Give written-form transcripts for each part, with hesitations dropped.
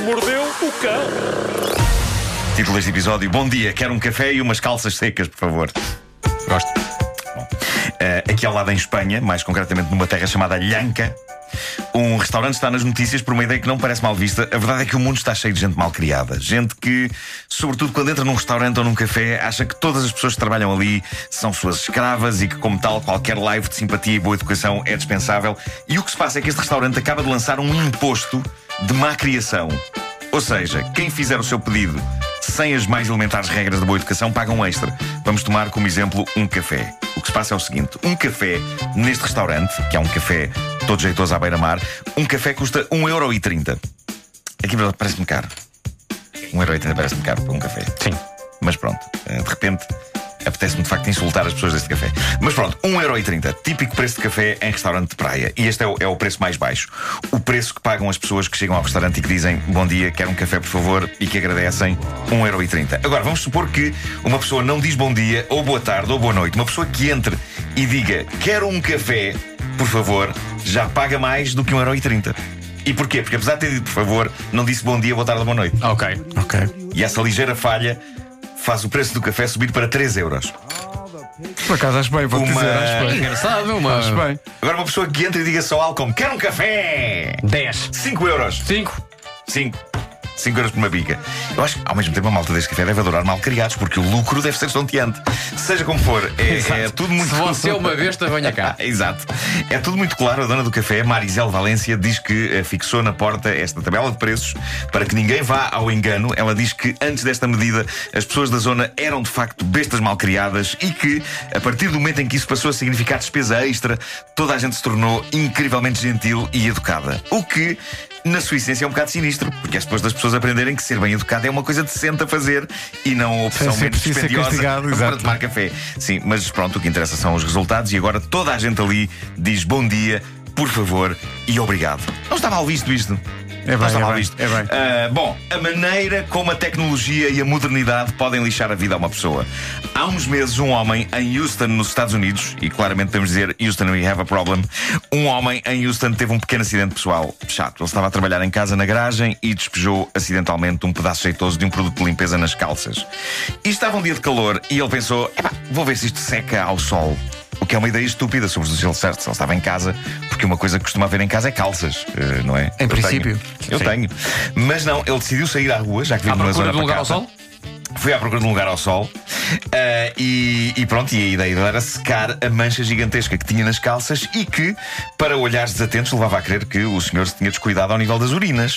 mordeu o cão. Título deste episódio: Bom dia, quero um café e umas calças secas, por favor. Gosto. Bom, aqui ao lado em Espanha, mais concretamente numa terra chamada Llanca, um restaurante está nas notícias por uma ideia que não parece mal vista. A verdade é que o mundo está cheio de gente mal criada. Gente que, sobretudo quando entra num restaurante ou num café, acha que todas as pessoas que trabalham ali são suas escravas e que, como tal, qualquer live de simpatia e boa educação é dispensável. E o que se passa é que este restaurante acaba de lançar um imposto de má criação. Ou seja, quem fizer o seu pedido sem as mais elementares regras da boa educação paga um extra. Vamos tomar como exemplo um café. O que se passa é o seguinte: um café neste restaurante, que é um café todo jeitoso à beira-mar, um café custa 1,30€. Aqui parece-me caro. 1,30€ parece-me caro para um café. Sim. Mas pronto, de repente apetece-me de facto insultar as pessoas deste café. Mas pronto, 1,30€, típico preço de café em restaurante de praia. E este é o preço mais baixo. O preço que pagam as pessoas que chegam ao restaurante e que dizem bom dia, quero um café por favor, e que agradecem 1,30€. Agora vamos supor que uma pessoa não diz bom dia, ou boa tarde, ou boa noite. Uma pessoa que entre e diga quero um café por favor, já paga mais do que 1,30€. E porquê? Porque apesar de ter dito por favor, não disse bom dia, boa tarde ou boa noite. Ok. E essa ligeira falha faz o preço do café subir para 3€. Por acaso acho bem, vou dizer, acho bem. Engraçado, Acho bem. Agora uma pessoa que entra e diga só algo como quero um café, 10. 5€. 5. 5€ por uma bica. Eu acho que ao mesmo tempo a malta deste café deve adorar mal criados, porque o lucro deve ser estonteante. Seja como for, é tudo muito. Se você é uma besta, venha cá. Exato. É tudo muito claro. A dona do café, Marisel Valência, diz que fixou na porta esta tabela de preços para que ninguém vá ao engano. Ela diz que antes desta medida as pessoas da zona eram de facto bestas mal criadas e que, a partir do momento em que isso passou a significar despesa extra, toda a gente se tornou incrivelmente gentil e educada. O que, na sua essência, é um bocado sinistro, porque é depois das pessoas aprenderem que ser bem educado é uma coisa decente a fazer e não a opção menos dispendiosa para tomar café. Sim, mas pronto, o que interessa são os resultados. E agora toda a gente ali diz bom dia, por favor e obrigado. Não está mal visto isto. É bem, é bem. Bom, a maneira como a tecnologia e a modernidade podem lixar a vida a uma pessoa. Há uns meses, um homem em Houston, nos Estados Unidos, e claramente podemos dizer Houston, we have a problem. Um homem em Houston teve um pequeno acidente pessoal chato. Ele estava a trabalhar em casa na garagem e despejou acidentalmente um pedaço jeitoso de um produto de limpeza nas calças. E estava um dia de calor e ele pensou: vou ver se isto seca ao sol. O que é uma ideia estúpida, sobretudo se ele estava em casa, porque uma coisa que costuma haver em casa é calças, não é? Em princípio. Eu tenho. Mas não, ele decidiu sair à rua, já que vive numa zona de um lugar ao pacata. sol? Foi à procura de um lugar ao sol. E pronto, e a ideia dele era secar a mancha gigantesca que tinha nas calças e que, para olhares desatentos, levava a crer que o senhor se tinha descuidado ao nível das urinas.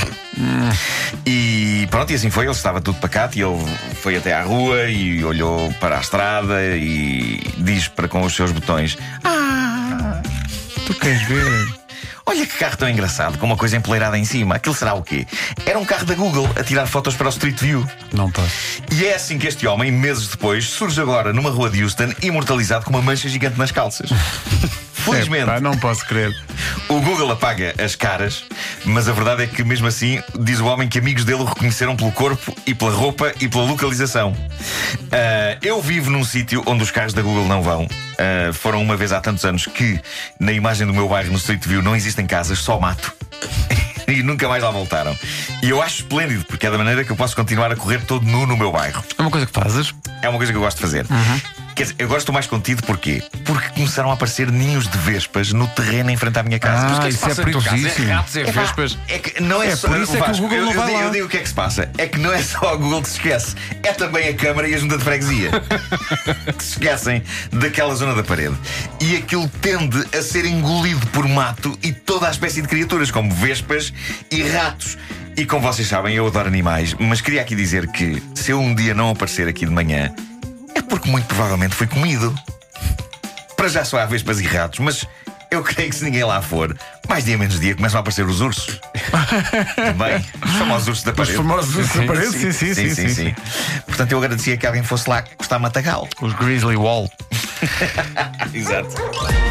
E pronto, e assim foi. Ele estava tudo pacato e ele foi até à rua e olhou para a estrada e diz para com os seus botões: Tu queres ver? olha que carro tão engraçado, com uma coisa empoleirada em cima. Aquilo será o quê? Era um carro da Google a tirar fotos para o Street View. Não está. E é assim que este homem, meses depois, surge agora numa rua de Houston, imortalizado com uma mancha gigante nas calças. Felizmente, não posso crer. o Google apaga as caras, mas a verdade é que mesmo assim, diz o homem que amigos dele o reconheceram pelo corpo e pela roupa e pela localização. Eu vivo num sítio onde os carros da Google não vão. Foram uma vez há tantos anos que na imagem do meu bairro no Street View não existem casas, só mato. E nunca mais lá voltaram. E eu acho esplêndido, porque é da maneira que eu posso continuar a correr todo nu no meu bairro. É uma coisa que fazes? É uma coisa que eu gosto de fazer. Quer dizer, eu gosto mais contido porquê? Porque começaram a aparecer ninhos de vespas no terreno em frente à minha casa. Ah, isso é perigosíssimo. É ratos, é vespas. É que não é só. por isso é que o Google não vai lá. Eu digo o que é que se passa. É que não é só o Google que se esquece, é também a Câmara e a Junta de Freguesia que se esquecem daquela zona da parede. E aquilo tende a ser engolido por mato e toda a espécie de criaturas, como vespas e ratos. E como vocês sabem, eu adoro animais, mas queria aqui dizer que se eu um dia não aparecer aqui de manhã, é porque muito provavelmente fui comido. Para já só há vespas e ratos, mas eu creio que se ninguém lá for, mais dia menos dia começam a aparecer os ursos. Também, os famosos ursos da parede. Os famosos ursos da parede? Sim. Portanto, eu agradecia que alguém fosse lá gostar de matagalo. Os Grizzly Wall. Exato.